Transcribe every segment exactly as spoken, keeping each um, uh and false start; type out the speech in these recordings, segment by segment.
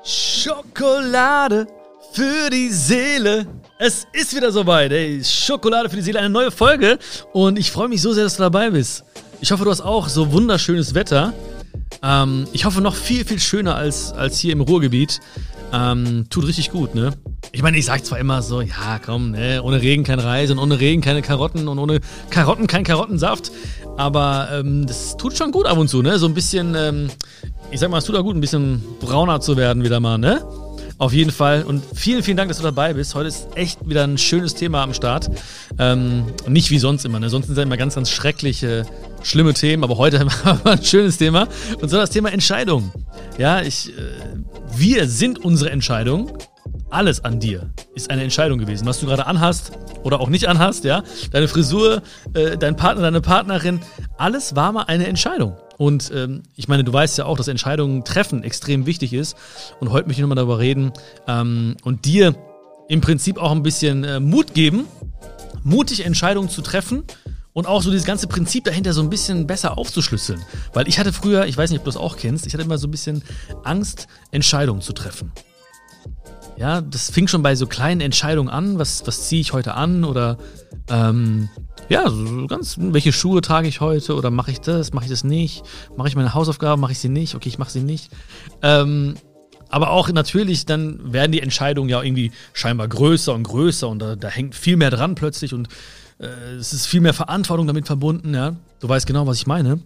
Schokolade für die Seele. Es ist wieder soweit, ey. Schokolade für die Seele, eine neue Folge. Und ich freue mich so sehr, dass du dabei bist. Ich hoffe, du hast auch so wunderschönes Wetter. Ähm, ich hoffe, noch viel, viel schöner als, als hier im Ruhrgebiet. Ähm, tut richtig gut, ne? Ich meine, ich sag zwar immer so, ja, komm, ne, ohne Regen kein Reis und ohne Regen keine Karotten und ohne Karotten kein Karottensaft. Aber ähm, das tut schon gut ab und zu, ne? So ein bisschen, ähm, ich sag mal, es tut auch gut, ein bisschen brauner zu werden wieder mal, ne? Auf jeden Fall. Und vielen, vielen Dank, dass du dabei bist. Heute ist echt wieder ein schönes Thema am Start. Ähm, nicht wie sonst immer, ne? Sonst sind ja immer ganz, ganz schreckliche, schlimme Themen. Aber heute haben wir ein schönes Thema. Und zwar das Thema Entscheidung. Ja, ich, äh, wir sind unsere Entscheidung. Alles an dir ist eine Entscheidung gewesen. Was du gerade anhast oder auch nicht anhast, ja. Deine Frisur, äh, dein Partner, deine Partnerin. Alles war mal eine Entscheidung. Und ähm, ich meine, du weißt ja auch, dass Entscheidungen treffen extrem wichtig ist. Und heute möchte ich nochmal darüber reden ähm, und dir im Prinzip auch ein bisschen äh, Mut geben, mutig Entscheidungen zu treffen und auch so dieses ganze Prinzip dahinter so ein bisschen besser aufzuschlüsseln. Weil ich hatte früher, ich weiß nicht, ob du das auch kennst, ich hatte immer so ein bisschen Angst, Entscheidungen zu treffen. Ja, das fing schon bei so kleinen Entscheidungen an, was, was ziehe ich heute an oder ähm, ja, so ganz, welche Schuhe trage ich heute oder mache ich das, mache ich das nicht, mache ich meine Hausaufgaben, mache ich sie nicht, okay, ich mache sie nicht. Ähm, aber auch natürlich, dann werden die Entscheidungen ja irgendwie scheinbar größer und größer und da, da hängt viel mehr dran plötzlich und äh, es ist viel mehr Verantwortung damit verbunden, ja. Du weißt genau, was ich meine.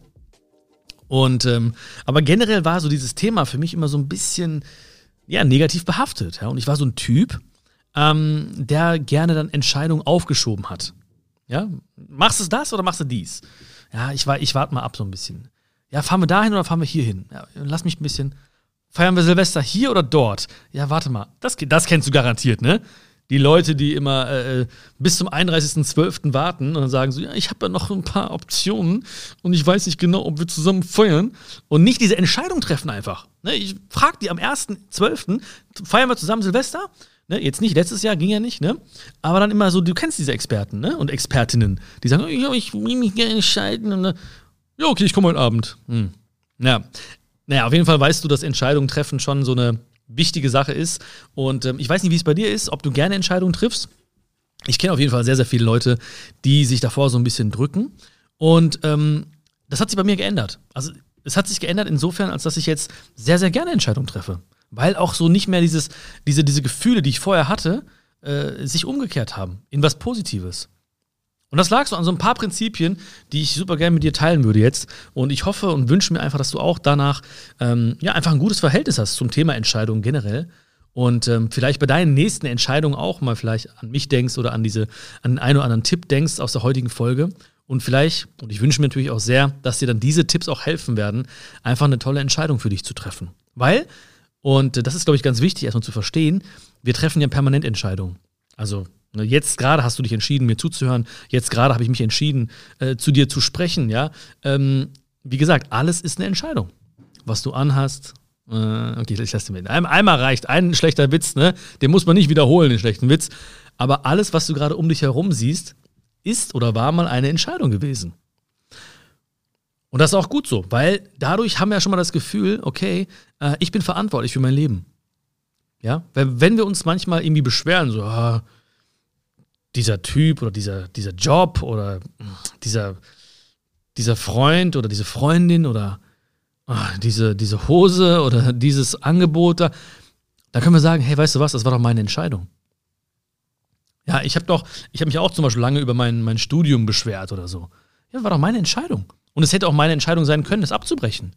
Und ähm, aber generell war so dieses Thema für mich immer so ein bisschen ja, negativ behaftet. Ja? Und ich war so ein Typ, ähm, der gerne dann Entscheidungen aufgeschoben hat. Ja? Machst du das oder machst du dies? Ja, ich, ich warte mal ab so ein bisschen. Ja, fahren wir dahin oder fahren wir hier hin? Ja, lass mich ein bisschen. Feiern wir Silvester hier oder dort? Ja, warte mal. Das, das kennst du garantiert, ne? Die Leute, die immer äh, bis zum einunddreißigsten zwölften warten und dann sagen so, ja, ich habe ja noch ein paar Optionen und ich weiß nicht genau, ob wir zusammen feiern und nicht diese Entscheidung treffen einfach. Ne, ich frage die am ersten zwölften feiern wir zusammen Silvester? Ne, jetzt nicht, letztes Jahr ging ja nicht, ne? Aber dann immer so, du kennst diese Experten, ne? Und Expertinnen, die sagen, ja, ich will mich gerne entscheiden. Und, ja, okay, ich komme heute Abend. Hm. Ja. Naja, auf jeden Fall weißt du, dass Entscheidungen treffen schon so eine wichtige Sache ist. Und ähm, ich weiß nicht, wie es bei dir ist, ob du gerne Entscheidungen triffst. Ich kenne auf jeden Fall sehr, sehr viele Leute, die sich davor so ein bisschen drücken. Und ähm, das hat sich bei mir geändert. Also es hat sich geändert insofern, als dass ich jetzt sehr, sehr gerne Entscheidungen treffe. Weil auch so nicht mehr dieses, diese, diese Gefühle, die ich vorher hatte, äh, sich umgekehrt haben in was Positives. Und das lag so an so ein paar Prinzipien, die ich super gerne mit dir teilen würde jetzt. Und ich hoffe und wünsche mir einfach, dass du auch danach ähm, ja, einfach ein gutes Verhältnis hast zum Thema Entscheidungen generell. Und ähm, vielleicht bei deinen nächsten Entscheidungen auch mal vielleicht an mich denkst oder an diese, an den einen oder anderen Tipp denkst aus der heutigen Folge. Und vielleicht, und ich wünsche mir natürlich auch sehr, dass dir dann diese Tipps auch helfen werden, einfach eine tolle Entscheidung für dich zu treffen. Weil, und das ist, glaube ich, ganz wichtig, erstmal zu verstehen, wir treffen ja permanent Entscheidungen. Also jetzt gerade hast du dich entschieden, mir zuzuhören. Jetzt gerade habe ich mich entschieden, äh, zu dir zu sprechen. Ja, ähm, wie gesagt, alles ist eine Entscheidung. Was du anhast. Äh, okay, ich lasse dir mit. Ein, einmal reicht ein schlechter Witz, ne? Den muss man nicht wiederholen, den schlechten Witz. Aber alles, was du gerade um dich herum siehst, ist oder war mal eine Entscheidung gewesen. Und das ist auch gut so, weil dadurch haben wir ja schon mal das Gefühl, okay, äh, ich bin verantwortlich für mein Leben. Ja, weil wenn wir uns manchmal irgendwie beschweren, so, ah, dieser Typ oder dieser, dieser Job oder dieser, dieser Freund oder diese Freundin oder ah, diese, diese Hose oder dieses Angebot da, da können wir sagen, hey, weißt du was, das war doch meine Entscheidung. Ja, ich habe doch, ich habe mich auch zum Beispiel lange über mein, mein Studium beschwert oder so. Ja, war doch meine Entscheidung. Und es hätte auch meine Entscheidung sein können, das abzubrechen.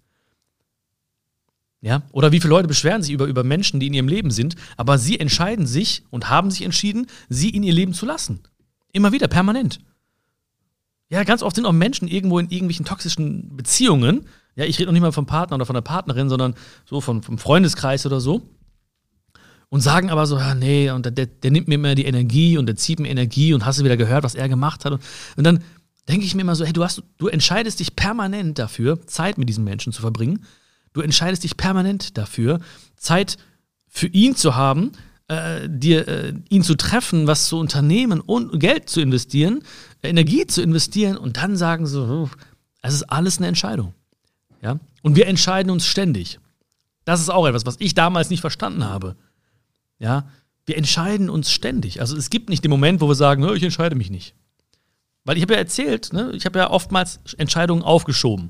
Ja, oder wie viele Leute beschweren sich über, über Menschen, die in ihrem Leben sind, aber sie entscheiden sich und haben sich entschieden, sie in ihr Leben zu lassen. Immer wieder, permanent. Ja, ganz oft sind auch Menschen irgendwo in irgendwelchen toxischen Beziehungen. Ja, ich rede noch nicht mal vom Partner oder von der Partnerin, sondern so vom, vom Freundeskreis oder so. Und sagen aber so, ja, nee, und der, der nimmt mir immer die Energie und der zieht mir Energie und hast du wieder gehört, was er gemacht hat. Und, und dann denke ich mir immer so, hey, du, hast, du entscheidest dich permanent dafür, Zeit mit diesem Menschen zu verbringen. Du entscheidest dich permanent dafür, Zeit für ihn zu haben, äh, dir äh, ihn zu treffen, was zu unternehmen und Geld zu investieren, äh, Energie zu investieren und dann sagen so, es ist alles eine Entscheidung. Ja? Und wir entscheiden uns ständig. Das ist auch etwas, was ich damals nicht verstanden habe. Ja, wir entscheiden uns ständig. Also es gibt nicht den Moment, wo wir sagen, ich entscheide mich nicht. Weil ich habe ja erzählt, ne, ich habe ja oftmals Entscheidungen aufgeschoben.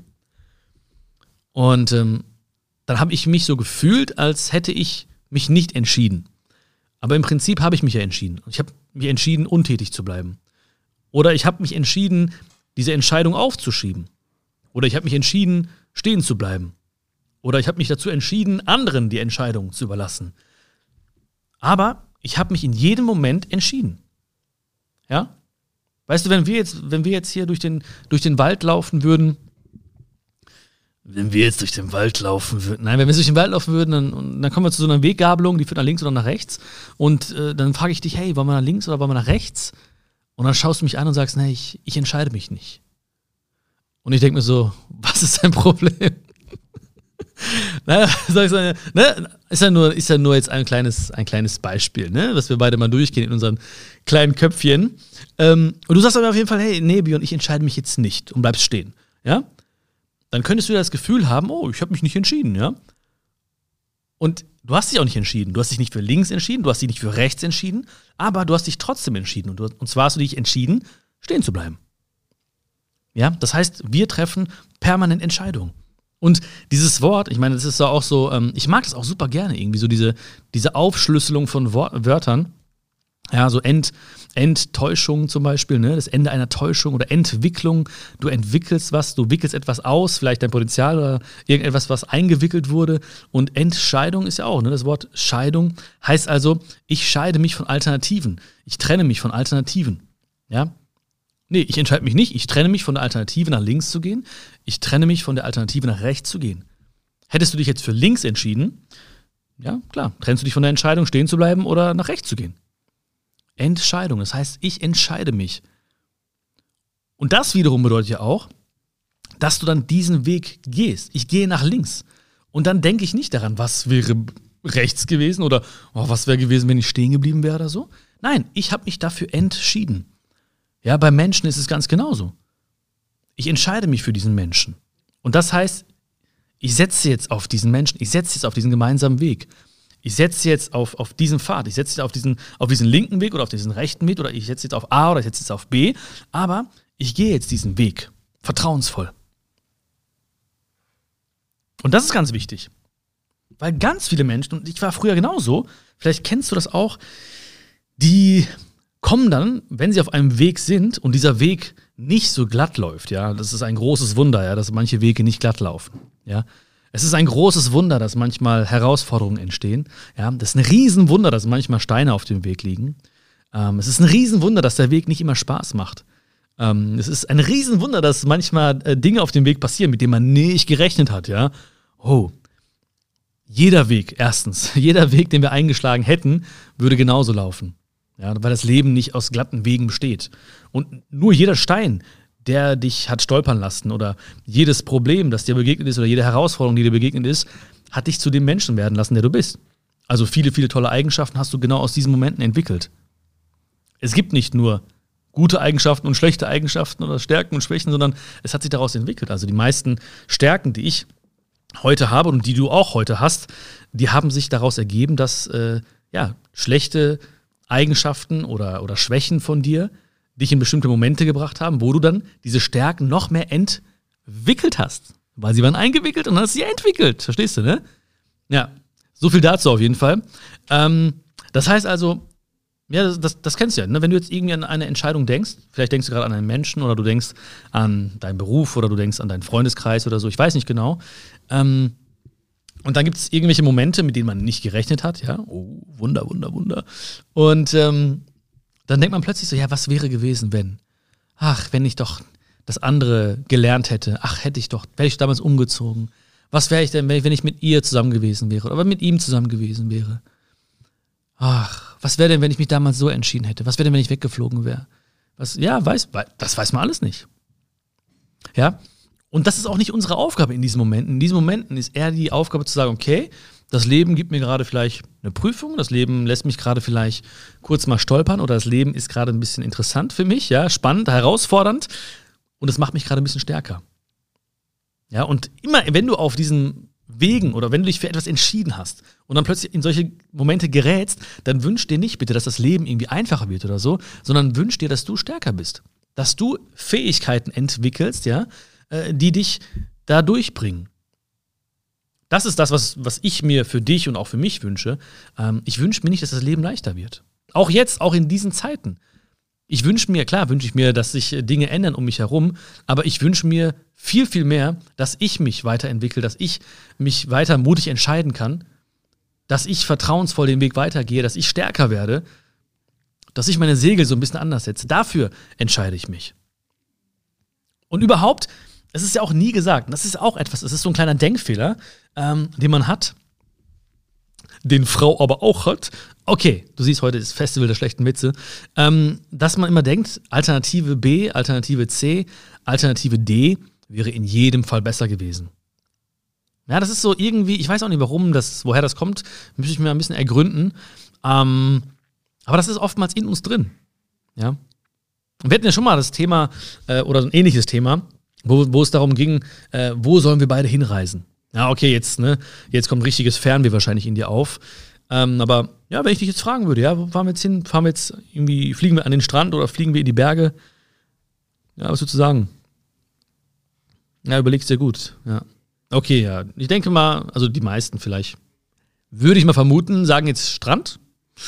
Und ähm, dann habe ich mich so gefühlt, als hätte ich mich nicht entschieden. Aber im Prinzip habe ich mich ja entschieden. Ich habe mich entschieden, untätig zu bleiben. Oder ich habe mich entschieden, diese Entscheidung aufzuschieben. Oder ich habe mich entschieden, stehen zu bleiben. Oder ich habe mich dazu entschieden, anderen die Entscheidung zu überlassen. Aber ich habe mich in jedem Moment entschieden. Ja? Weißt du, wenn wir jetzt, wenn wir jetzt hier durch den, durch den Wald laufen würden, wenn wir jetzt durch den Wald laufen würden, nein, wenn wir durch den Wald laufen würden, dann, dann kommen wir zu so einer Weggabelung, die führt nach links oder nach rechts. Und äh, dann frage ich dich, hey, wollen wir nach links oder wollen wir nach rechts? Und dann schaust du mich an und sagst, nee, ich, ich entscheide mich nicht. Und ich denke mir so, was ist dein Problem? Naja, sag ich so, ne? Ist ja nur, ist ja nur jetzt ein kleines, ein kleines Beispiel, ne? Was wir beide mal durchgehen in unseren kleinen Köpfchen. Ähm, und du sagst aber auf jeden Fall, hey, nee, Björn, ich entscheide mich jetzt nicht und bleibst stehen. Ja? Dann könntest du das Gefühl haben, oh, ich habe mich nicht entschieden, ja? Und du hast dich auch nicht entschieden. Du hast dich nicht für links entschieden, du hast dich nicht für rechts entschieden, aber du hast dich trotzdem entschieden. Und, du, und zwar hast du dich entschieden, stehen zu bleiben. Ja? Das heißt, wir treffen permanent Entscheidungen. Und dieses Wort, ich meine, das ist ja auch so, ähm, ich mag das auch super gerne irgendwie, so diese, diese Aufschlüsselung von Wor- Wörtern. Ja, so Ent, Enttäuschung zum Beispiel, ne? Das Ende einer Täuschung oder Entwicklung. Du entwickelst was, du wickelst etwas aus, vielleicht dein Potenzial oder irgendetwas, was eingewickelt wurde. Und Entscheidung ist ja auch, ne? Das Wort Scheidung heißt also, ich scheide mich von Alternativen. Ich trenne mich von Alternativen. Ja? Nee, ich entscheide mich nicht. Ich trenne mich von der Alternative, nach links zu gehen. Ich trenne mich von der Alternative, nach rechts zu gehen. Hättest du dich jetzt für links entschieden, ja, klar, trennst du dich von der Entscheidung, stehen zu bleiben oder nach rechts zu gehen. Entscheidung, das heißt, ich entscheide mich. Und das wiederum bedeutet ja auch, dass du dann diesen Weg gehst. Ich gehe nach links. Und dann denke ich nicht daran, was wäre rechts gewesen oder oh, was wäre gewesen, wenn ich stehen geblieben wäre oder so. Nein, ich habe mich dafür entschieden. Ja, bei Menschen ist es ganz genauso. Ich entscheide mich für diesen Menschen. Und das heißt, ich setze jetzt auf diesen Menschen, ich setze jetzt auf diesen gemeinsamen Weg. Ich setze jetzt auf, auf diesen Pfad, ich setze jetzt auf diesen, auf diesen linken Weg oder auf diesen rechten Weg oder ich setze jetzt auf A oder ich setze jetzt auf B, aber ich gehe jetzt diesen Weg, vertrauensvoll. Und das ist ganz wichtig. Weil ganz viele Menschen, und ich war früher genauso, vielleicht kennst du das auch, die kommen dann, wenn sie auf einem Weg sind und dieser Weg nicht so glatt läuft, ja, das ist ein großes Wunder, ja, dass manche Wege nicht glatt laufen, ja. Es ist ein großes Wunder, dass manchmal Herausforderungen entstehen, ja. Das ist ein Riesenwunder, dass manchmal Steine auf dem Weg liegen. Ähm, es ist ein Riesenwunder, dass der Weg nicht immer Spaß macht. Ähm, es ist ein Riesenwunder, dass manchmal äh, Dinge auf dem Weg passieren, mit denen man nicht gerechnet hat, ja. Oh, jeder Weg, erstens, jeder Weg, den wir eingeschlagen hätten, würde genauso laufen. Ja, weil das Leben nicht aus glatten Wegen besteht. Und nur jeder Stein, der dich hat stolpern lassen oder jedes Problem, das dir begegnet ist oder jede Herausforderung, die dir begegnet ist, hat dich zu dem Menschen werden lassen, der du bist. Also viele, viele tolle Eigenschaften hast du genau aus diesen Momenten entwickelt. Es gibt nicht nur gute Eigenschaften und schlechte Eigenschaften oder Stärken und Schwächen, sondern es hat sich daraus entwickelt. Also die meisten Stärken, die ich heute habe und die du auch heute hast, die haben sich daraus ergeben, dass äh, ja, schlechte Eigenschaften oder, oder Schwächen von dir dich in bestimmte Momente gebracht haben, wo du dann diese Stärken noch mehr entwickelt hast. Weil sie waren eingewickelt und dann hast du sie entwickelt. Verstehst du, ne? Ja, so viel dazu auf jeden Fall. Ähm, das heißt also, ja, das, das, das kennst du ja, ne? Wenn du jetzt irgendwie an eine Entscheidung denkst, vielleicht denkst du gerade an einen Menschen oder du denkst an deinen Beruf oder du denkst an deinen Freundeskreis oder so, ich weiß nicht genau. Ähm, Und dann gibt es irgendwelche Momente, mit denen man nicht gerechnet hat, ja, oh, Wunder, Wunder, Wunder. Und ähm, dann denkt man plötzlich so, ja, was wäre gewesen, wenn? Ach, wenn ich doch das andere gelernt hätte. Ach, hätte ich doch, wäre ich damals umgezogen. Was wäre ich denn, wenn ich, wenn ich mit ihr zusammen gewesen wäre oder mit ihm zusammen gewesen wäre? Ach, was wäre denn, wenn ich mich damals so entschieden hätte? Was wäre denn, wenn ich weggeflogen wäre? Was, ja, weiß, das weiß man alles nicht. Ja, und das ist auch nicht unsere Aufgabe in diesen Momenten. In diesen Momenten ist eher die Aufgabe zu sagen, okay, das Leben gibt mir gerade vielleicht eine Prüfung, das Leben lässt mich gerade vielleicht kurz mal stolpern oder das Leben ist gerade ein bisschen interessant für mich, ja, spannend, herausfordernd und es macht mich gerade ein bisschen stärker. Ja, und immer, wenn du auf diesen Wegen oder wenn du dich für etwas entschieden hast und dann plötzlich in solche Momente gerätst, dann wünsch dir nicht bitte, dass das Leben irgendwie einfacher wird oder so, sondern wünsch dir, dass du stärker bist. Dass du Fähigkeiten entwickelst, ja, äh, die dich da durchbringen. Das ist das, was, was ich mir für dich und auch für mich wünsche. Ähm, ich wünsche mir nicht, dass das Leben leichter wird. Auch jetzt, auch in diesen Zeiten. Ich wünsche mir, klar wünsche ich mir, dass sich Dinge ändern um mich herum, aber ich wünsche mir viel, viel mehr, dass ich mich weiterentwickle, dass ich mich weiter mutig entscheiden kann, dass ich vertrauensvoll den Weg weitergehe, dass ich stärker werde, dass ich meine Segel so ein bisschen anders setze. Dafür entscheide ich mich. Und überhaupt, es ist ja auch nie gesagt, das ist auch etwas, es ist so ein kleiner Denkfehler, ähm, den man hat, den Frau aber auch hat. Okay, du siehst, heute ist Festival der schlechten Witze. Ähm, dass man immer denkt, Alternative B, Alternative C, Alternative D wäre in jedem Fall besser gewesen. Ja, das ist so irgendwie, ich weiß auch nicht, warum das, woher das kommt, müsste ich mir ein bisschen ergründen. Ähm, aber das ist oftmals in uns drin. Ja. Und wir hatten ja schon mal das Thema, äh, oder so ein ähnliches Thema, wo, wo es darum ging, äh, wo sollen wir beide hinreisen? Ja, okay, jetzt, ne, jetzt kommt richtiges Fernweh wahrscheinlich in dir auf. Ähm, aber ja, wenn ich dich jetzt fragen würde, ja, wo fahren wir jetzt hin? Fahren wir jetzt irgendwie, fliegen wir an den Strand oder fliegen wir in die Berge? Ja, was würdest du sagen? Ja, überlegst dir gut, ja. Okay, ja, ich denke mal, also die meisten vielleicht, würde ich mal vermuten, sagen jetzt Strand.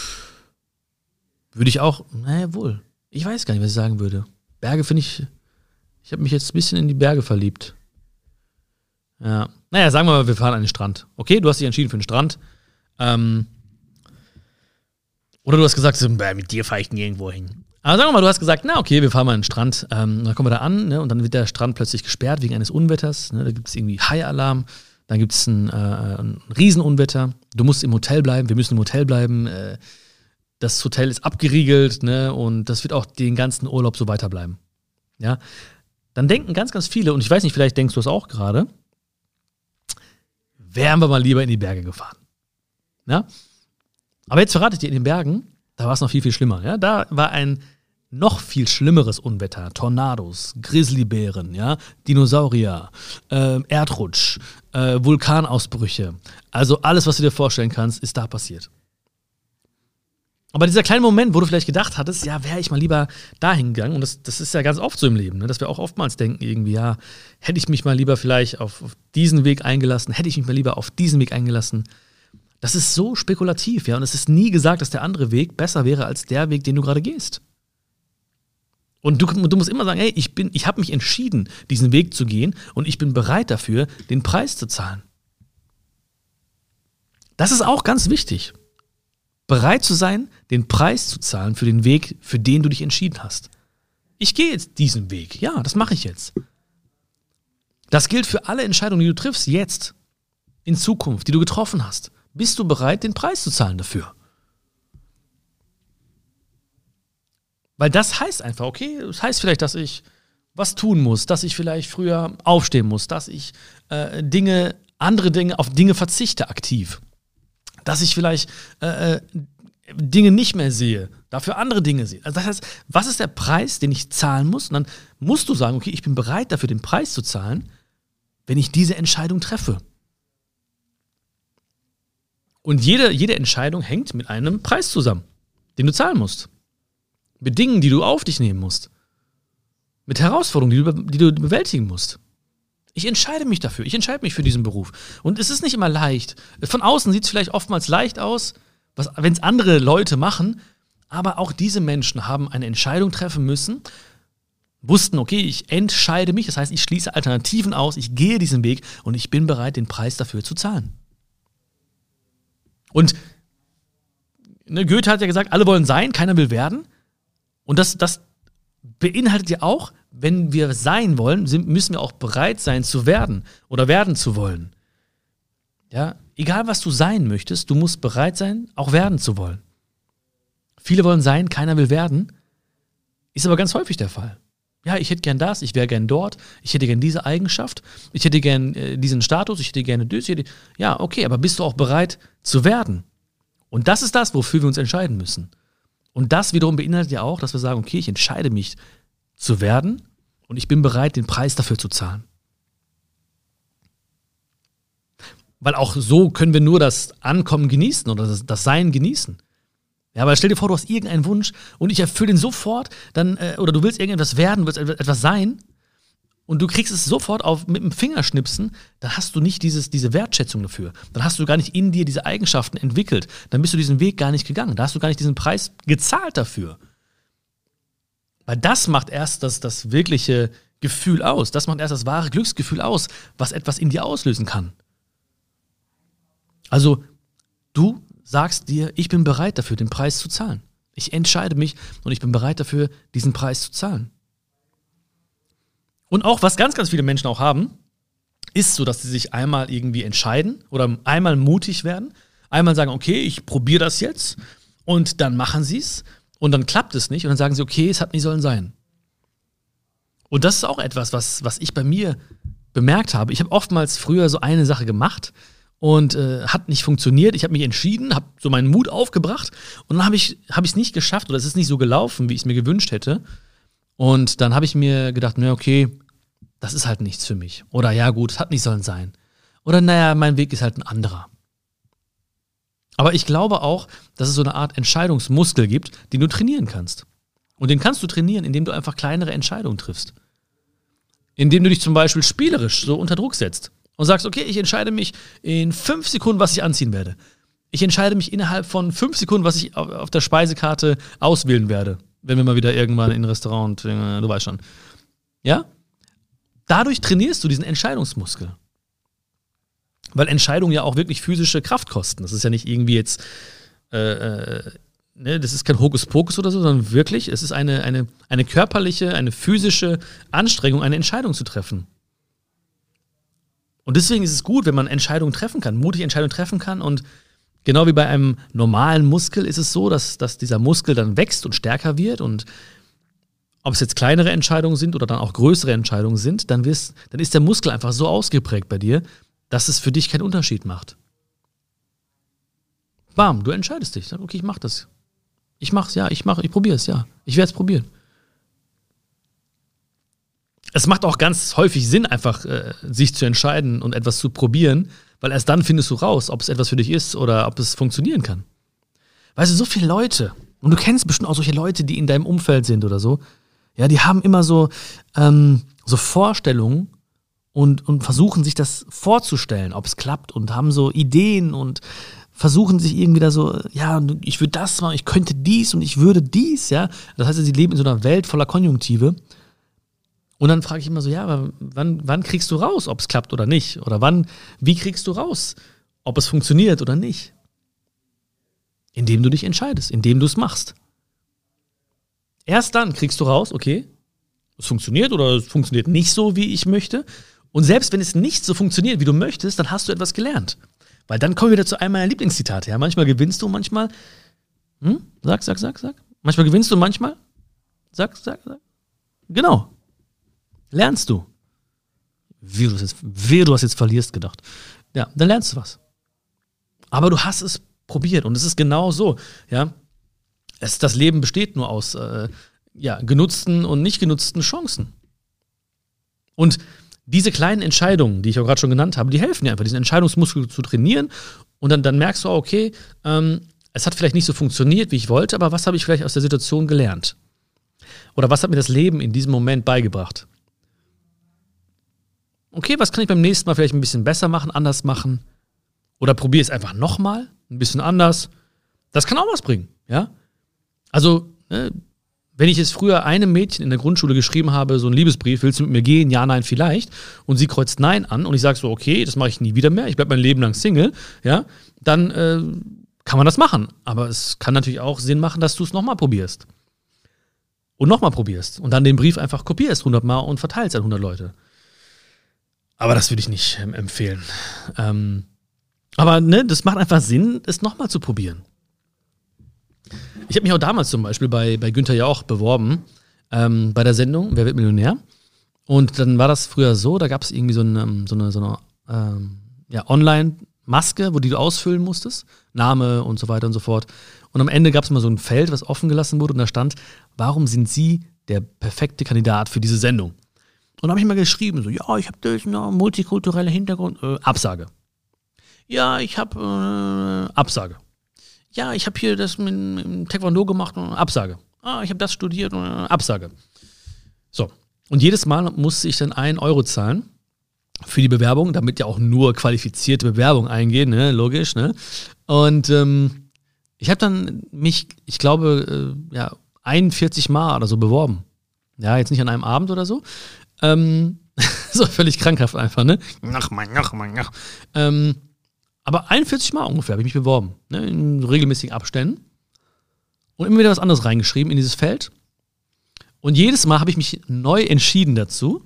Würde ich auch, naja, wohl. Ich weiß gar nicht, was ich sagen würde. Berge finde ich, ich habe mich jetzt ein bisschen in die Berge verliebt. Ja, naja, sagen wir mal, wir fahren an den Strand. Okay, du hast dich entschieden für den Strand. Ähm, oder du hast gesagt, so, mit dir fahre ich nirgendwo hin. Aber sagen wir mal, du hast gesagt, na okay, wir fahren mal an den Strand. Ähm, dann kommen wir da an, ne, und dann wird der Strand plötzlich gesperrt wegen eines Unwetters. Ne, da gibt es irgendwie Haialarm. Dann gibt es ein, äh, ein Riesenunwetter. Du musst im Hotel bleiben, wir müssen im Hotel bleiben. Äh, das Hotel ist abgeriegelt, ne, und das wird auch den ganzen Urlaub so weiterbleiben. Ja, dann denken ganz, ganz viele, und ich weiß nicht, vielleicht denkst du es auch gerade, wären wir mal lieber in die Berge gefahren. Ja? Aber jetzt verrate ich dir, in den Bergen, da war es noch viel, viel schlimmer. Ja? Da war ein noch viel schlimmeres Unwetter. Tornados, Grizzlybären, ja? Dinosaurier, äh, Erdrutsch, äh, Vulkanausbrüche. Also alles, was du dir vorstellen kannst, ist da passiert. Aber dieser kleine Moment, wo du vielleicht gedacht hattest, ja, wäre ich mal lieber dahin gegangen, und das, das ist ja ganz oft so im Leben, ne? Dass wir auch oftmals denken irgendwie, ja, hätte ich mich mal lieber vielleicht auf, auf diesen Weg eingelassen, hätte ich mich mal lieber auf diesen Weg eingelassen. Das ist so spekulativ, ja, und es ist nie gesagt, dass der andere Weg besser wäre als der Weg, den du gerade gehst. Und du, du musst immer sagen, hey, ich bin, ich habe mich entschieden, diesen Weg zu gehen, und ich bin bereit dafür, den Preis zu zahlen. Das ist auch ganz wichtig. Bereit zu sein, den Preis zu zahlen für den Weg, für den du dich entschieden hast. Ich gehe jetzt diesen Weg. Ja, das mache ich jetzt. Das gilt für alle Entscheidungen, die du triffst, jetzt, in Zukunft, die du getroffen hast. Bist du bereit, den Preis zu zahlen dafür? Weil das heißt einfach, okay, das heißt vielleicht, dass ich was tun muss, dass ich vielleicht früher aufstehen muss, dass ich äh, Dinge, andere Dinge, auf Dinge verzichte aktiv. Dass ich vielleicht äh, Dinge nicht mehr sehe, dafür andere Dinge sehe. Also das heißt, was ist der Preis, den ich zahlen muss? Und dann musst du sagen, okay, ich bin bereit dafür, den Preis zu zahlen, wenn ich diese Entscheidung treffe. Und jede, jede Entscheidung hängt mit einem Preis zusammen, den du zahlen musst. Mit Dingen, die du auf dich nehmen musst. Mit Herausforderungen, die du, die du bewältigen musst. Ich entscheide mich dafür. Ich entscheide mich für diesen Beruf. Und es ist nicht immer leicht. Von außen sieht es vielleicht oftmals leicht aus, wenn es andere Leute machen. Aber auch diese Menschen haben eine Entscheidung treffen müssen, wussten, okay, ich entscheide mich. Das heißt, ich schließe Alternativen aus, ich gehe diesen Weg und ich bin bereit, den Preis dafür zu zahlen. Und ne, Goethe hat ja gesagt, alle wollen sein, keiner will werden. Und das, das beinhaltet ja auch, wenn wir sein wollen, sind, müssen wir auch bereit sein zu werden oder werden zu wollen. Ja, egal was du sein möchtest, du musst bereit sein, auch werden zu wollen. Viele wollen sein, keiner will werden. Ist aber ganz häufig der Fall. Ja, ich hätte gern das, ich wäre gern dort, ich hätte gern diese Eigenschaft, ich hätte gern äh, diesen Status, ich hätte gerne das. Hätte, ja, okay, aber bist du auch bereit zu werden? Und das ist das, wofür wir uns entscheiden müssen. Und das wiederum beinhaltet ja auch, dass wir sagen, okay, ich entscheide mich zu werden und ich bin bereit, den Preis dafür zu zahlen. Weil auch so können wir nur das Ankommen genießen oder das, das Sein genießen. Ja, aber stell dir vor, du hast irgendeinen Wunsch und ich erfülle den sofort, dann, äh, oder du willst irgendetwas werden, du willst etwas sein und du kriegst es sofort auf, mit dem Fingerschnipsen, dann hast du nicht dieses, diese Wertschätzung dafür. Dann hast du gar nicht in dir diese Eigenschaften entwickelt. Dann bist du diesen Weg gar nicht gegangen. Da hast du gar nicht diesen Preis gezahlt dafür. Weil das macht erst das, das wirkliche Gefühl aus. Das macht erst das wahre Glücksgefühl aus, was etwas in dir auslösen kann. Also, du sagst dir, ich bin bereit dafür, den Preis zu zahlen. Ich entscheide mich und ich bin bereit dafür, diesen Preis zu zahlen. Und auch, was ganz, ganz viele Menschen auch haben, ist so, dass sie sich einmal irgendwie entscheiden oder einmal mutig werden, einmal sagen, okay, ich probiere das jetzt und dann machen sie es und dann klappt es nicht und dann sagen sie, okay, es hat nicht sollen sein. Und das ist auch etwas, was, was ich bei mir bemerkt habe. Ich habe oftmals früher so eine Sache gemacht und äh, hat nicht funktioniert. Ich habe mich entschieden, habe so meinen Mut aufgebracht und dann habe ich es hab nicht geschafft oder es ist nicht so gelaufen, wie ich es mir gewünscht hätte. Und dann habe ich mir gedacht, na okay, das ist halt nichts für mich. Oder ja gut, es hat nicht sollen sein. Oder naja, mein Weg ist halt ein anderer. Aber ich glaube auch, dass es so eine Art Entscheidungsmuskel gibt, den du trainieren kannst. Und den kannst du trainieren, indem du einfach kleinere Entscheidungen triffst. Indem du dich zum Beispiel spielerisch so unter Druck setzt und sagst, okay, ich entscheide mich in fünf Sekunden, was ich anziehen werde. Ich entscheide mich innerhalb von fünf Sekunden, was ich auf der Speisekarte auswählen werde. Wenn wir mal wieder irgendwann in ein Restaurant, du weißt schon. Ja? Dadurch trainierst du diesen Entscheidungsmuskel. Weil Entscheidungen ja auch wirklich physische Kraft kosten. Das ist ja nicht irgendwie jetzt, äh, äh, ne, das ist kein Hokuspokus oder so, sondern wirklich, es ist eine, eine, eine körperliche, eine physische Anstrengung, eine Entscheidung zu treffen. Und deswegen ist es gut, wenn man Entscheidungen treffen kann, mutige Entscheidungen treffen kann. Und genau wie bei einem normalen Muskel ist es so, dass, dass dieser Muskel dann wächst und stärker wird. Und ob es jetzt kleinere Entscheidungen sind oder dann auch größere Entscheidungen sind, dann, wirst, dann ist der Muskel einfach so ausgeprägt bei dir, dass es für dich keinen Unterschied macht. Bam, du entscheidest dich. Sag, okay, ich mach das. Ich mach's, ja, ich mach, ich probier's, ja. Ich werde es probieren. Es macht auch ganz häufig Sinn, einfach äh, sich zu entscheiden und etwas zu probieren, weil erst dann findest du raus, ob es etwas für dich ist oder ob es funktionieren kann. Weißt du, so viele Leute, und du kennst bestimmt auch solche Leute, die in deinem Umfeld sind oder so, ja, die haben immer so, ähm, so Vorstellungen und, und versuchen sich das vorzustellen, ob es klappt und haben so Ideen und versuchen sich irgendwie da so, ja, ich würde das machen, ich könnte dies und ich würde dies, ja. Das heißt, sie leben in so einer Welt voller Konjunktive. Und dann frage ich immer so, ja, aber wann, wann kriegst du raus, ob es klappt oder nicht? Oder wann, wie kriegst du raus, ob es funktioniert oder nicht? Indem du dich entscheidest, indem du es machst. Erst dann kriegst du raus, okay, es funktioniert oder es funktioniert nicht so, wie ich möchte. Und selbst wenn es nicht so funktioniert, wie du möchtest, dann hast du etwas gelernt. Weil dann kommen wir wieder zu einem meiner Lieblingszitate. Ja? Manchmal gewinnst du, manchmal, hm? sag, sag, sag, sag. Manchmal gewinnst du, manchmal, sag, sag, sag. Genau. Lernst du. Wie du, jetzt, wie du was jetzt verlierst, gedacht. Ja, dann lernst du was. Aber du hast es probiert und es ist genau so. Ja? Es, das Leben besteht nur aus äh, ja, genutzten und nicht genutzten Chancen. Und diese kleinen Entscheidungen, die ich auch gerade schon genannt habe, die helfen dir einfach, diesen Entscheidungsmuskel zu trainieren. Und dann, dann merkst du, okay, ähm, es hat vielleicht nicht so funktioniert, wie ich wollte, aber was habe ich vielleicht aus der Situation gelernt? Oder was hat mir das Leben in diesem Moment beigebracht? Okay, was kann ich beim nächsten Mal vielleicht ein bisschen besser machen, anders machen? Oder probiere es einfach nochmal, ein bisschen anders. Das kann auch was bringen, ja? Also, ne, wenn ich jetzt früher einem Mädchen in der Grundschule geschrieben habe, so einen Liebesbrief, willst du mit mir gehen? Ja, nein, vielleicht. Und sie kreuzt Nein an und ich sage so, okay, das mache ich nie wieder mehr, ich bleibe mein Leben lang Single, ja? Dann äh, kann man das machen. Aber es kann natürlich auch Sinn machen, dass du es nochmal probierst. Und nochmal probierst. Und dann den Brief einfach kopierst hundertmal und verteilst an hundert Leute. Aber das würde ich nicht ähm, empfehlen. Ähm, aber ne, das macht einfach Sinn, es nochmal zu probieren. Ich habe mich auch damals zum Beispiel bei, bei Günther Jauch beworben, ähm, bei der Sendung Wer wird Millionär? Und dann war das früher so, da gab es irgendwie so eine, so eine, so eine ähm, ja, Online-Maske, wo die du ausfüllen musstest, Name und so weiter und so fort. Und am Ende gab es immer so ein Feld, was offen gelassen wurde und da stand, warum sind Sie der perfekte Kandidat für diese Sendung? Und dann habe ich mal geschrieben, so, ja, ich habe einen multikulturellen Hintergrund, äh, Absage. Ja, ich habe äh, Absage. Ja, ich habe hier das mit, mit Taekwondo gemacht und Absage. Ah, ich habe das studiert und äh, Absage. So. Und jedes Mal musste ich dann einen Euro zahlen für die Bewerbung, damit ja auch nur qualifizierte Bewerbungen eingehen, ne? Logisch, ne? Und ähm, ich habe dann mich, ich glaube, äh, ja, einundvierzig Mal oder so beworben. Ja, jetzt nicht an einem Abend oder so. Ähm, so völlig krankhaft einfach, ne? Noch mal, noch mal, noch. Ähm, aber einundvierzig Mal ungefähr habe ich mich beworben, ne? In regelmäßigen Abständen. Und immer wieder was anderes reingeschrieben in dieses Feld. Und jedes Mal habe ich mich neu entschieden dazu,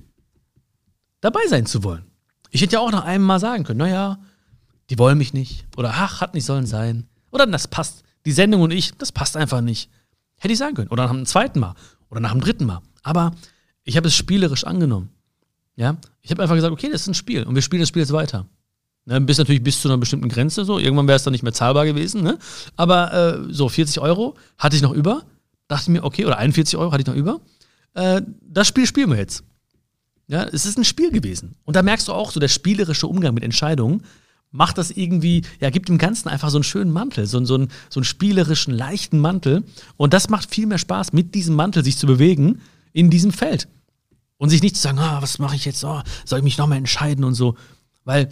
dabei sein zu wollen. Ich hätte ja auch nach einem Mal sagen können, naja, die wollen mich nicht. Oder ach, hat nicht sollen sein. Oder das passt. Die Sendung und ich, das passt einfach nicht. Hätte ich sagen können. Oder nach dem zweiten Mal. Oder nach dem dritten Mal. Aber ich habe es spielerisch angenommen. Ja? Ich habe einfach gesagt, okay, das ist ein Spiel. Und wir spielen das Spiel jetzt weiter. Ne, bis natürlich bis zu einer bestimmten Grenze. So. Irgendwann wäre es dann nicht mehr zahlbar gewesen. Ne? Aber äh, so vierzig Euro hatte ich noch über. Dachte ich mir, okay, oder einundvierzig Euro hatte ich noch über. Äh, das Spiel spielen wir jetzt. Ja, es ist ein Spiel gewesen. Und da merkst du auch, so der spielerische Umgang mit Entscheidungen macht das irgendwie, ja, gibt dem Ganzen einfach so einen schönen Mantel, so, so, einen, so einen spielerischen, leichten Mantel. Und das macht viel mehr Spaß, mit diesem Mantel sich zu bewegen in diesem Feld. Und sich nicht zu sagen, ah, was mache ich jetzt, oh, soll ich mich nochmal entscheiden und so. Weil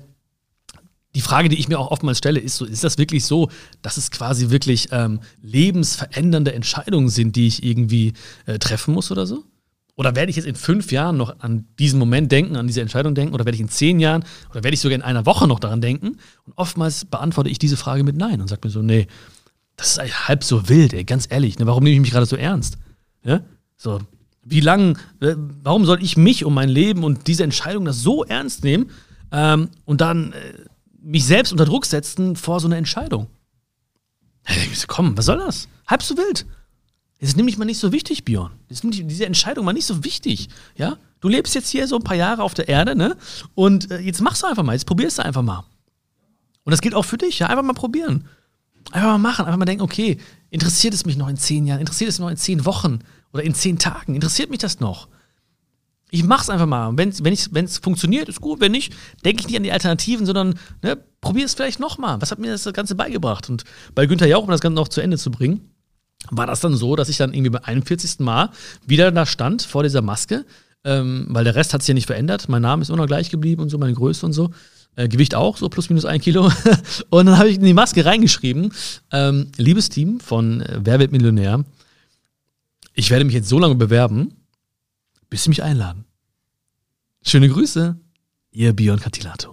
die Frage, die ich mir auch oftmals stelle, ist so, ist das wirklich so, dass es quasi wirklich ähm, lebensverändernde Entscheidungen sind, die ich irgendwie äh, treffen muss oder so? Oder werde ich jetzt in fünf Jahren noch an diesen Moment denken, an diese Entscheidung denken? Oder werde ich in zehn Jahren oder werde ich sogar in einer Woche noch daran denken? Und oftmals beantworte ich diese Frage mit Nein und sage mir so, nee, das ist eigentlich halb so wild, ey, ganz ehrlich. Ne, warum nehme ich mich gerade so ernst? Ja? So, wie lange, äh, warum soll ich mich um mein Leben und diese Entscheidung das so ernst nehmen ähm, und dann äh, mich selbst unter Druck setzen vor so einer Entscheidung? Hey, komm, was soll das? Halb so wild. Das ist nämlich mal nicht so wichtig, Björn. Das ist nämlich diese Entscheidung mal nicht so wichtig. Ja? Du lebst jetzt hier so ein paar Jahre auf der Erde, ne? Und äh, jetzt machst du einfach mal, jetzt probierst du einfach mal. Und das gilt auch für dich, ja? Einfach mal probieren. Einfach mal machen, einfach mal denken, okay, interessiert es mich noch in zehn Jahren? Interessiert es mich noch in zehn Wochen? Oder in zehn Tagen? Interessiert mich das noch? Ich mach's einfach mal. Wenn es funktioniert, ist gut. Wenn nicht, denke ich nicht an die Alternativen, sondern ne, probier es vielleicht noch mal. Was hat mir das Ganze beigebracht? Und bei Günther Jauch, um das Ganze noch zu Ende zu bringen, war das dann so, dass ich dann irgendwie beim einundvierzigsten Mal wieder da stand vor dieser Maske, ähm, weil der Rest hat sich ja nicht verändert. Mein Name ist immer noch gleich geblieben und so, meine Größe und so. Äh, Gewicht auch, so plus minus ein Kilo. Und dann habe ich in die Maske reingeschrieben, ähm, liebes Team von äh, Wer wird Millionär, ich werde mich jetzt so lange bewerben, bis Sie mich einladen. Schöne Grüße, Ihr Björn Katilato.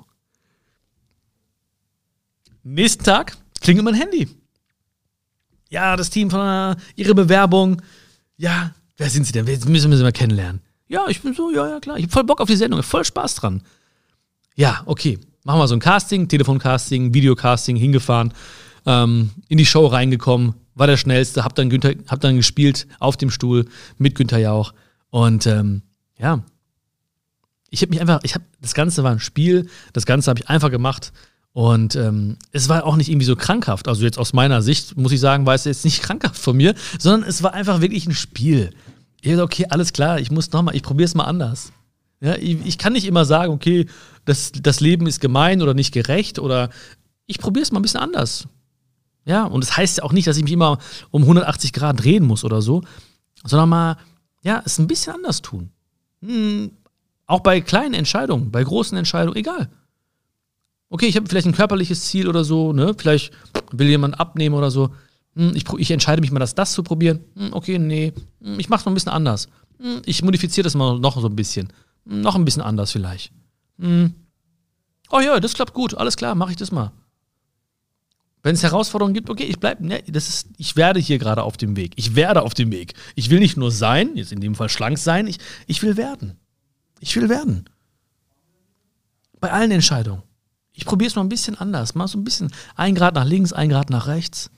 Nächsten Tag klingelt mein Handy. Ja, das Team von äh, Ihre Bewerbung. Ja, wer sind Sie denn? Jetzt müssen wir Sie mal kennenlernen. Ja, ich bin so, ja, ja, klar. Ich habe voll Bock auf die Sendung, ich hab voll Spaß dran. Ja, okay. Machen wir so ein Casting, Telefoncasting, Videocasting, hingefahren, ähm, in die Show reingekommen, war der Schnellste, hab dann, Günther, hab dann gespielt auf dem Stuhl mit Günther Jauch. Und ähm, ja, ich habe mich einfach, ich habe, das Ganze war ein Spiel, das Ganze habe ich einfach gemacht. Und ähm, es war auch nicht irgendwie so krankhaft. Also jetzt aus meiner Sicht, muss ich sagen, war es jetzt nicht krankhaft von mir, sondern es war einfach wirklich ein Spiel. Ich dachte, okay, alles klar, ich muss nochmal, ich probiere es mal anders. Ja, ich, ich kann nicht immer sagen, okay, das, das Leben ist gemein oder nicht gerecht oder ich probiere es mal ein bisschen anders. Ja, und das heißt ja auch nicht, dass ich mich immer um hundertachtzig Grad drehen muss oder so, sondern mal, ja, es ein bisschen anders tun. Hm, auch bei kleinen Entscheidungen, bei großen Entscheidungen, egal. Okay, ich habe vielleicht ein körperliches Ziel oder so, ne? Vielleicht will jemand abnehmen oder so. Hm, ich, ich entscheide mich mal, das, das zu probieren. Hm, okay, nee, hm, ich mache es mal ein bisschen anders. Hm, ich modifiziere das mal noch so ein bisschen. Hm, noch ein bisschen anders vielleicht. Hm. Oh ja, das klappt gut, alles klar, mache ich das mal. Wenn es Herausforderungen gibt, okay, ich bleibe, ne, das ist, ich werde hier gerade auf dem Weg. Ich werde auf dem Weg. Ich will nicht nur sein, jetzt in dem Fall schlank sein, ich, ich will werden. Ich will werden. Bei allen Entscheidungen. Ich probiere es mal ein bisschen anders. Mal so ein bisschen ein Grad nach links, ein Grad nach rechts.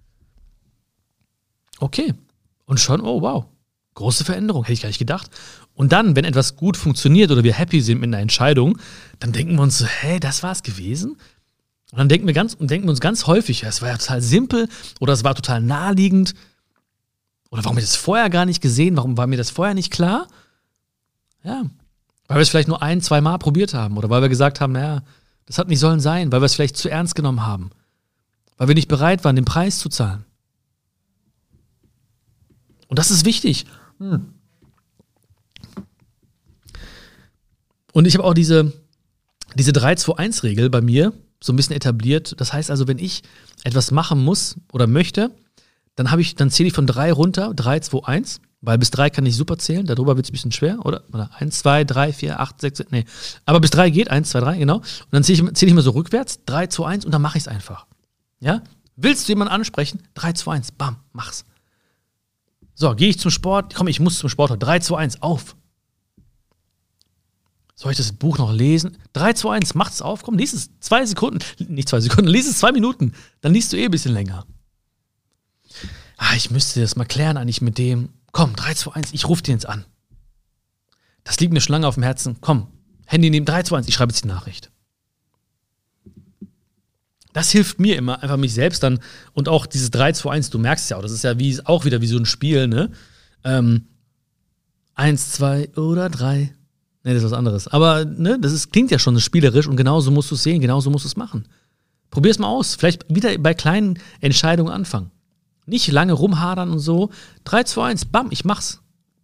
Okay. Und schon, oh wow. Große Veränderung, hätte ich gar nicht gedacht. Und dann, wenn etwas gut funktioniert oder wir happy sind mit einer Entscheidung, dann denken wir uns so, hey, das war's gewesen? Und dann denken wir, ganz, denken wir uns ganz häufig, ja, es war ja total simpel oder es war total naheliegend. Oder warum habe ich das vorher gar nicht gesehen? Warum war mir das vorher nicht klar? Ja, weil wir es vielleicht nur ein, zwei Mal probiert haben. Oder weil wir gesagt haben, naja, Das hat nicht sollen sein, weil wir es vielleicht zu ernst genommen haben. Weil wir nicht bereit waren, den Preis zu zahlen. Und das ist wichtig. Hm. Und ich habe auch diese, diese drei zwei eins Regel bei mir so ein bisschen etabliert. Das heißt also, wenn ich etwas machen muss oder möchte, dann, habe ich, dann zähle ich von drei runter, drei, zwei, eins. Weil bis drei kann ich super zählen, darüber wird es ein bisschen schwer, oder? Oder eins, zwei, drei, vier, acht, sechs, nee. Aber bis drei geht, eins, zwei, drei, genau. Und dann zähle ich, zähl ich mal so rückwärts, drei, zwei, eins und dann mache ich es einfach. Ja? Willst du jemanden ansprechen? drei, zwei, eins, bam, mach's. So, gehe ich zum Sport? Komm, ich muss zum Sport heute. drei, zwei, eins, auf. Soll ich das Buch noch lesen? drei, zwei, eins, macht's auf, komm, lies es zwei Sekunden. Nicht zwei Sekunden, lies es zwei Minuten. Dann liest du eh ein bisschen länger. Ah, ich müsste das mal klären eigentlich mit dem. Komm, drei, zwei, eins, ich rufe dir jetzt an. Das liegt mir schon lange auf dem Herzen. Komm, Handy nehmen, drei, zwei, eins, ich schreibe jetzt die Nachricht. Das hilft mir immer, einfach mich selbst dann, und auch dieses drei, zwei, eins, du merkst es ja auch, das ist ja wie, auch wieder wie so ein Spiel, ne? Ähm, eins, zwei oder drei. Ne, das ist was anderes. Aber, ne, das ist, klingt ja schon spielerisch und genauso musst du es sehen, genauso musst du es machen. Probier's mal aus. Vielleicht wieder bei kleinen Entscheidungen anfangen. Nicht lange rumhadern und so. drei, zwei, eins, bam, ich mach's.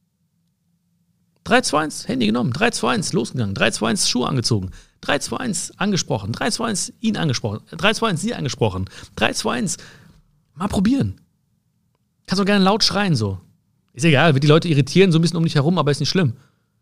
drei, zwei, eins, Handy genommen. drei, zwei, eins, losgegangen. drei, zwei, eins, Schuhe angezogen. drei, zwei, eins, angesprochen. drei, zwei, eins, ihn angesprochen. drei, zwei, eins, sie angesprochen. drei, zwei, eins, mal probieren. Kannst auch gerne laut schreien so. Ist egal, wird die Leute irritieren, so ein bisschen um dich herum, aber ist nicht schlimm.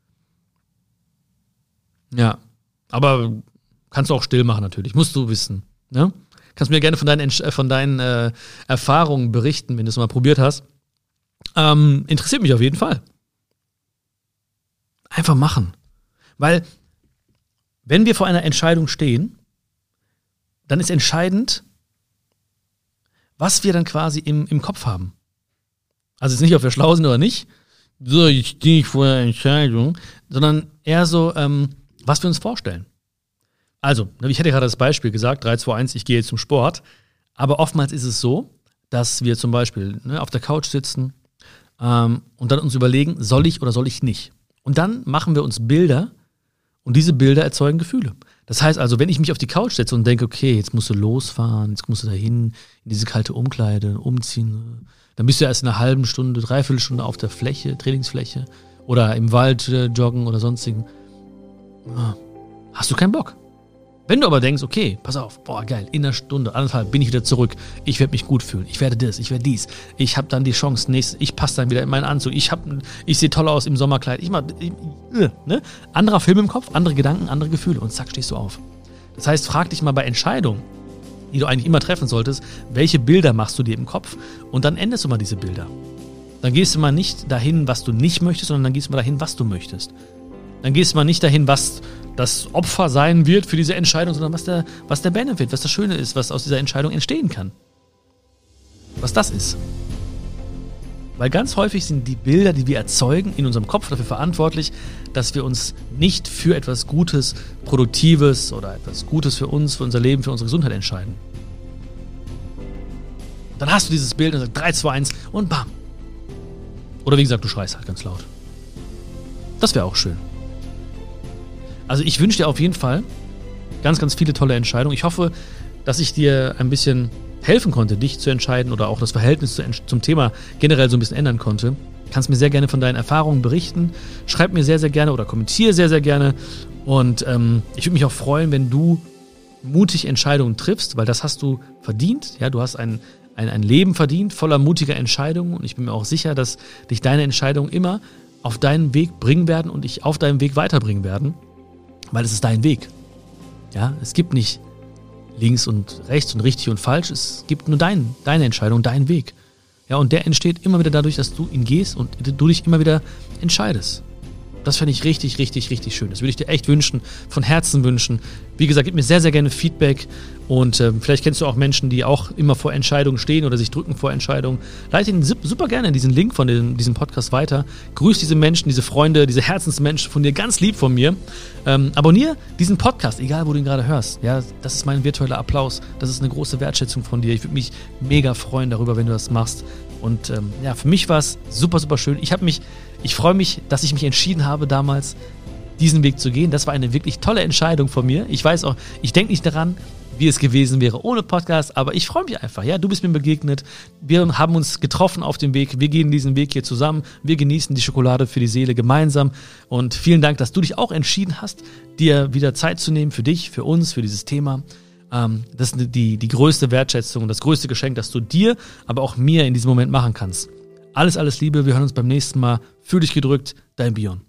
Ja, aber kannst du auch still machen natürlich, musst du wissen. Ne? Kannst mir gerne von deinen, von deinen äh, Erfahrungen berichten, wenn du es mal probiert hast. Ähm, interessiert mich auf jeden Fall. Einfach machen. Weil, wenn wir vor einer Entscheidung stehen, dann ist entscheidend, was wir dann quasi im, im Kopf haben. Also jetzt nicht, ob wir schlau sind oder nicht, so, ich stehe vor einer Entscheidung, sondern eher so, ähm, was wir uns vorstellen. Also, ich hätte gerade das Beispiel gesagt, drei, zwei, eins, ich gehe jetzt zum Sport, aber oftmals ist es so, dass wir zum Beispiel ne, auf der Couch sitzen ähm, und dann uns überlegen, soll ich oder soll ich nicht? Und dann machen wir uns Bilder und diese Bilder erzeugen Gefühle. Das heißt also, wenn ich mich auf die Couch setze und denke, okay, jetzt musst du losfahren, jetzt musst du dahin, in diese kalte Umkleide, umziehen, dann bist du erst in einer halben Stunde, dreiviertel Stunde auf der Fläche, Trainingsfläche oder im Wald äh, joggen oder sonstigen. Ah, hast du keinen Bock. Wenn du aber denkst, okay, pass auf, boah, geil, in einer Stunde, anderthalb bin ich wieder zurück, ich werde mich gut fühlen, ich werde das, ich werde dies, ich habe dann die Chance, nächstes, ich passe dann wieder in meinen Anzug, ich, hab, ich sehe toll aus im Sommerkleid, ich mach, ich, ne? Anderer Film im Kopf, andere Gedanken, andere Gefühle und zack, stehst du auf. Das heißt, frag dich mal bei Entscheidungen, die du eigentlich immer treffen solltest, welche Bilder machst du dir im Kopf und dann änderst du mal diese Bilder. Dann gehst du mal nicht dahin, was du nicht möchtest, sondern dann gehst du mal dahin, was du möchtest. Dann gehst du mal nicht dahin, was das Opfer sein wird für diese Entscheidung, sondern was der, was der Benefit, was das Schöne ist, was aus dieser Entscheidung entstehen kann. Was das ist. Weil ganz häufig sind die Bilder, die wir erzeugen, in unserem Kopf dafür verantwortlich, dass wir uns nicht für etwas Gutes, Produktives oder etwas Gutes für uns, für unser Leben, für unsere Gesundheit entscheiden. Und dann hast du dieses Bild und sagst drei, zwei, eins und bam. Oder wie gesagt, du schreist halt ganz laut. Das wäre auch schön. Also ich wünsche dir auf jeden Fall ganz, ganz viele tolle Entscheidungen. Ich hoffe, dass ich dir ein bisschen helfen konnte, dich zu entscheiden oder auch das Verhältnis zu, zum Thema generell so ein bisschen ändern konnte. Kannst mir sehr gerne von deinen Erfahrungen berichten. Schreib mir sehr, sehr gerne oder kommentiere sehr, sehr gerne. Und ähm, ich würde mich auch freuen, wenn du mutig Entscheidungen triffst, weil das hast du verdient. Ja, du hast ein, ein, ein Leben verdient voller mutiger Entscheidungen. Und ich bin mir auch sicher, dass dich deine Entscheidungen immer auf deinen Weg bringen werden und dich auf deinem Weg weiterbringen werden. Weil es ist dein Weg. Ja, es gibt nicht links und rechts und richtig und falsch. Es gibt nur dein, deine Entscheidung, deinen Weg. Ja, und der entsteht immer wieder dadurch, dass du ihn gehst und du dich immer wieder entscheidest. Das fände ich richtig, richtig, richtig schön. Das würde ich dir echt wünschen, von Herzen wünschen. Wie gesagt, gib mir sehr, sehr gerne Feedback und äh, vielleicht kennst du auch Menschen, die auch immer vor Entscheidungen stehen oder sich drücken vor Entscheidungen. Leite ihnen super gerne diesen Link von dem, diesem Podcast weiter. Grüß diese Menschen, diese Freunde, diese Herzensmenschen von dir ganz lieb von mir. Ähm, abonnier diesen Podcast, egal wo du ihn gerade hörst. Ja, das ist mein virtueller Applaus. Das ist eine große Wertschätzung von dir. Ich würde mich mega freuen darüber, wenn du das machst. Und ähm, ja, für mich war es super, super schön. Ich habe mich, ich freue mich, dass ich mich entschieden habe damals, diesen Weg zu gehen. Das war eine wirklich tolle Entscheidung von mir. Ich weiß auch, ich denke nicht daran, wie es gewesen wäre ohne Podcast, aber ich freue mich einfach. Ja, du bist mir begegnet, wir haben uns getroffen auf dem Weg, wir gehen diesen Weg hier zusammen, wir genießen die Schokolade für die Seele gemeinsam und vielen Dank, dass du dich auch entschieden hast, dir wieder Zeit zu nehmen für dich, für uns, für dieses Thema. Ähm, das ist die, die größte Wertschätzung, das größte Geschenk, das du dir, aber auch mir in diesem Moment machen kannst. Alles, alles Liebe, wir hören uns beim nächsten Mal. Fühl dich gedrückt, dein Björn.